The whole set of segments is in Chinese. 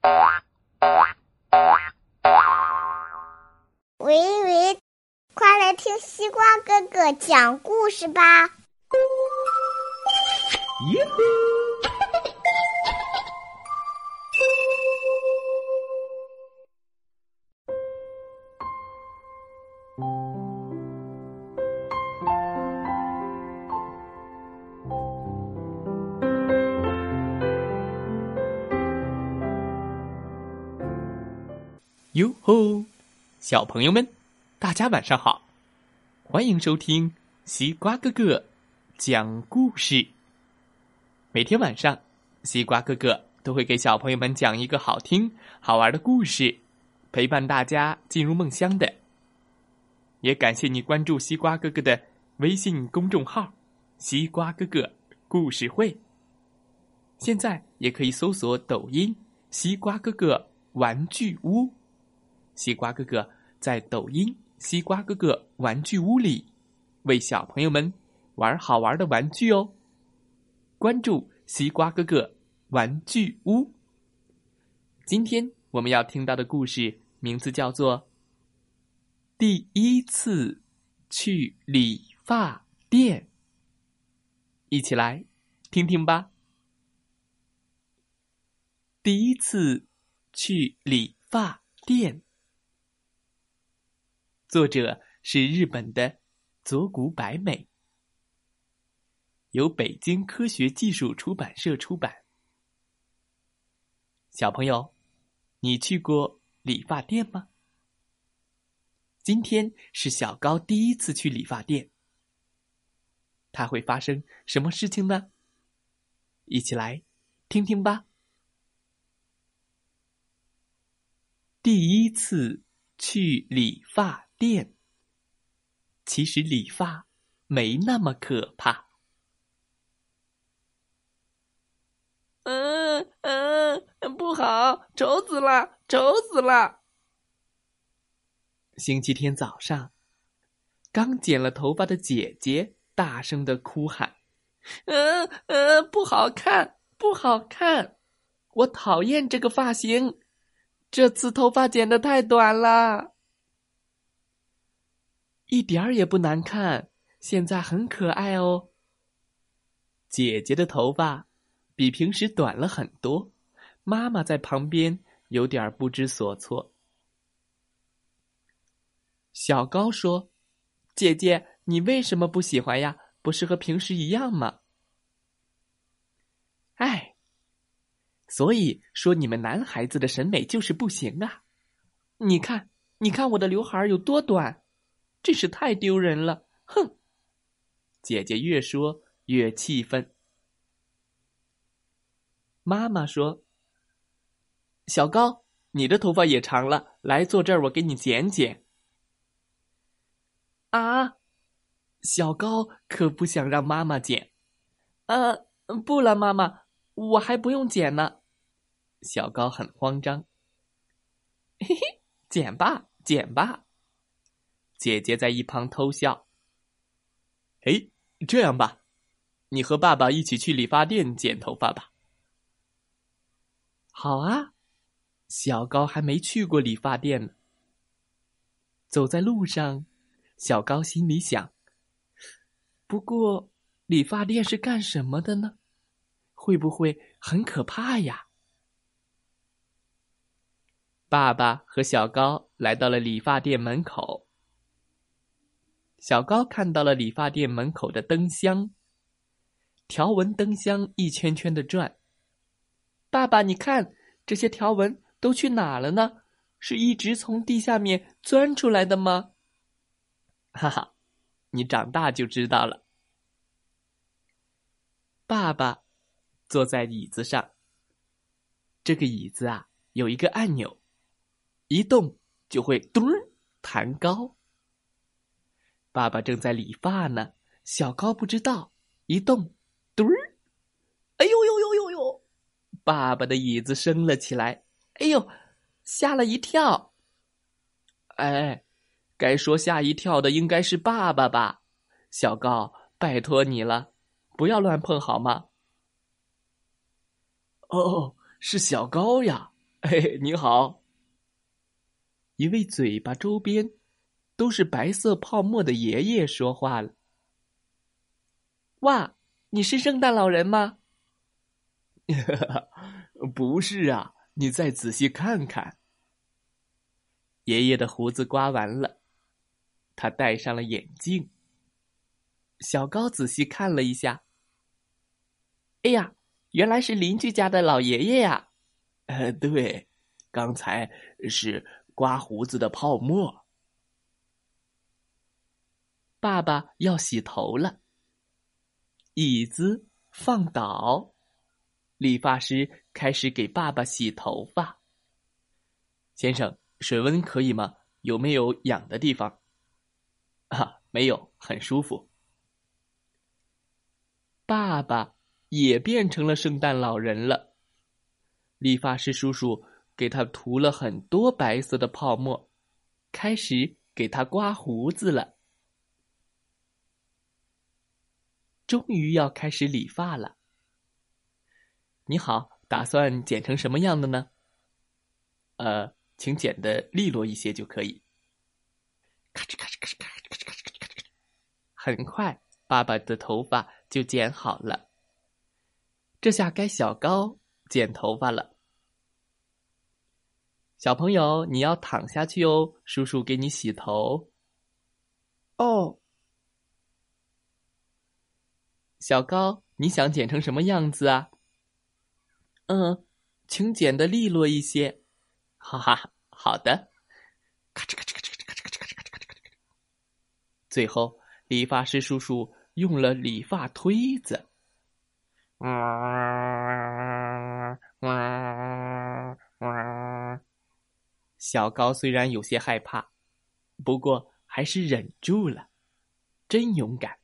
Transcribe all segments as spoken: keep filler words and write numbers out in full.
喂喂，快来听西瓜哥哥讲故事吧！ 耶！哟吼，小朋友们，大家晚上好！欢迎收听西瓜哥哥讲故事。每天晚上，西瓜哥哥都会给小朋友们讲一个好听、好玩的故事，陪伴大家进入梦乡的。也感谢你关注西瓜哥哥的微信公众号“西瓜哥哥故事会”。现在也可以搜索抖音“西瓜哥哥玩具屋”。西瓜哥哥在抖音西瓜哥哥玩具屋里为小朋友们玩好玩的玩具哦，关注西瓜哥哥玩具屋。今天我们要听到的故事名字叫做第一次去理发店，一起来听听吧。第一次去理发店，作者是日本的佐古百美，由北京科学技术出版社出版。小朋友，你去过理发店吗？今天是小高第一次去理发店，它会发生什么事情呢？一起来听听吧。第一次去理发店，其实理发没那么可怕。 嗯嗯，不好，丑死了，丑死了！ 星期天早上，刚剪了头发的姐姐大声地哭喊：“ 嗯嗯，不好看，不好看！ 我讨厌这个发型，这次头发剪得太短了。”一点儿也不难看，现在很可爱哦。姐姐的头发比平时短了很多，妈妈在旁边有点不知所措。小高说：“姐姐，你为什么不喜欢呀？不是和平时一样吗？”哎，所以说你们男孩子的审美就是不行啊！你看，你看我的刘海有多短，真是太丢人了！哼！姐姐越说越气愤。妈妈说：“小高，你的头发也长了，来坐这儿，我给你剪剪。”啊！小高可不想让妈妈剪。呃，不了，妈妈，我还不用剪呢。小高很慌张。嘿嘿，剪吧，剪吧。姐姐在一旁偷笑。哎，这样吧，你和爸爸一起去理发店剪头发吧。好啊，小高还没去过理发店呢。走在路上，小高心里想，不过理发店是干什么的呢？会不会很可怕呀？爸爸和小高来到了理发店门口。小高看到了理发店门口的灯箱，条纹灯箱一圈圈的转。爸爸，你看，这些条纹都去哪了呢？是一直从地下面钻出来的吗？哈哈，你长大就知道了。爸爸坐在椅子上，这个椅子啊，有一个按钮，一动就会咚儿弹高。爸爸正在理发呢，小高不知道，一动，咚儿，哎呦呦呦呦呦！爸爸的椅子升了起来，哎呦，吓了一跳。哎，该说吓一跳的应该是爸爸吧？小高，拜托你了，不要乱碰好吗？哦，是小高呀！ 嘿，你好。一位嘴巴周边都是白色泡沫的爷爷说话了。 哇，你是圣诞老人吗？ 不是啊，你再仔细看看。爷爷的胡子刮完了，他戴上了眼镜。小高仔细看了一下， 哎呀，原来是邻居家的老爷爷呀！ 呃，对，刚才是刮胡子的泡沫。爸爸要洗头了，椅子放倒，理发师开始给爸爸洗头发。先生，水温可以吗？有没有痒的地方？啊，没有，很舒服。爸爸也变成了圣诞老人了。理发师叔叔给他涂了很多白色的泡沫，开始给他刮胡子了。终于要开始理发了。你好，打算剪成什么样的呢？呃，请剪得利落一些就可以。咔哧咔哧咔哧咔哧咔哧咔哧咔哧咔哧，很快爸爸的头发就剪好了。这下该小高剪头发了。小朋友，你要躺下去哦，叔叔给你洗头。 哦， 小高，你想剪成什么样子啊？嗯，请剪得利落一些。哈哈，好的。咔哧咔哧咔哧咔哧咔哧咔哧咔哧咔哧咔哧咔哧。最后，理发师叔叔用了理发推子。小高虽然有些害怕，不过还是忍住了，真勇敢。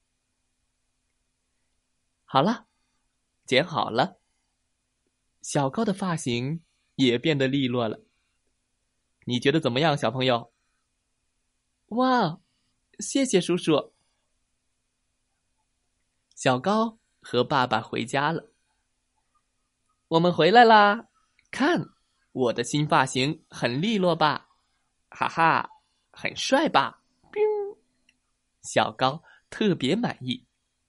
好了，剪好了，小高的发型也变得利落了。你觉得怎么样，小朋友？ 哇，谢谢叔叔。 小高和爸爸回家了。 我们回来啦！ 看，我的新发型很利落吧？哈哈，很帅吧？小高特别满意。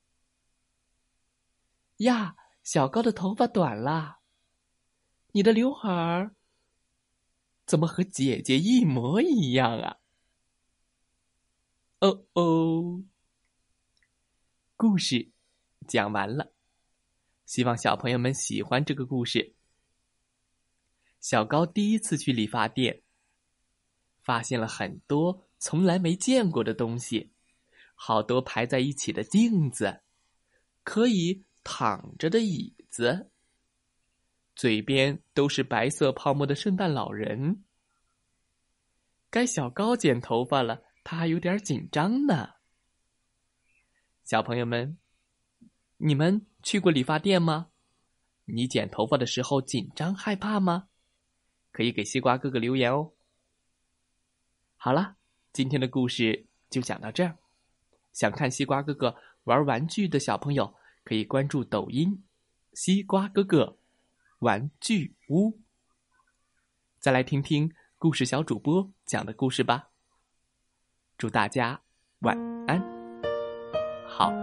呀，小高的头发短了，你的刘海儿怎么和姐姐一模一样啊？哦哦，故事讲完了，希望小朋友们喜欢这个故事。小高第一次去理发店，发现了很多从来没见过的东西，好多排在一起的镜子，可以躺着的椅子，嘴边都是白色泡沫的圣诞老人。该小高剪头发了，他还有点紧张呢。小朋友们，你们去过理发店吗？你剪头发的时候紧张害怕吗？可以给西瓜哥哥留言哦。好了，今天的故事就讲到这儿。想看西瓜哥哥玩玩具的小朋友，可以关注抖音西瓜哥哥玩具屋。再来听听故事小主播讲的故事吧。祝大家晚安，好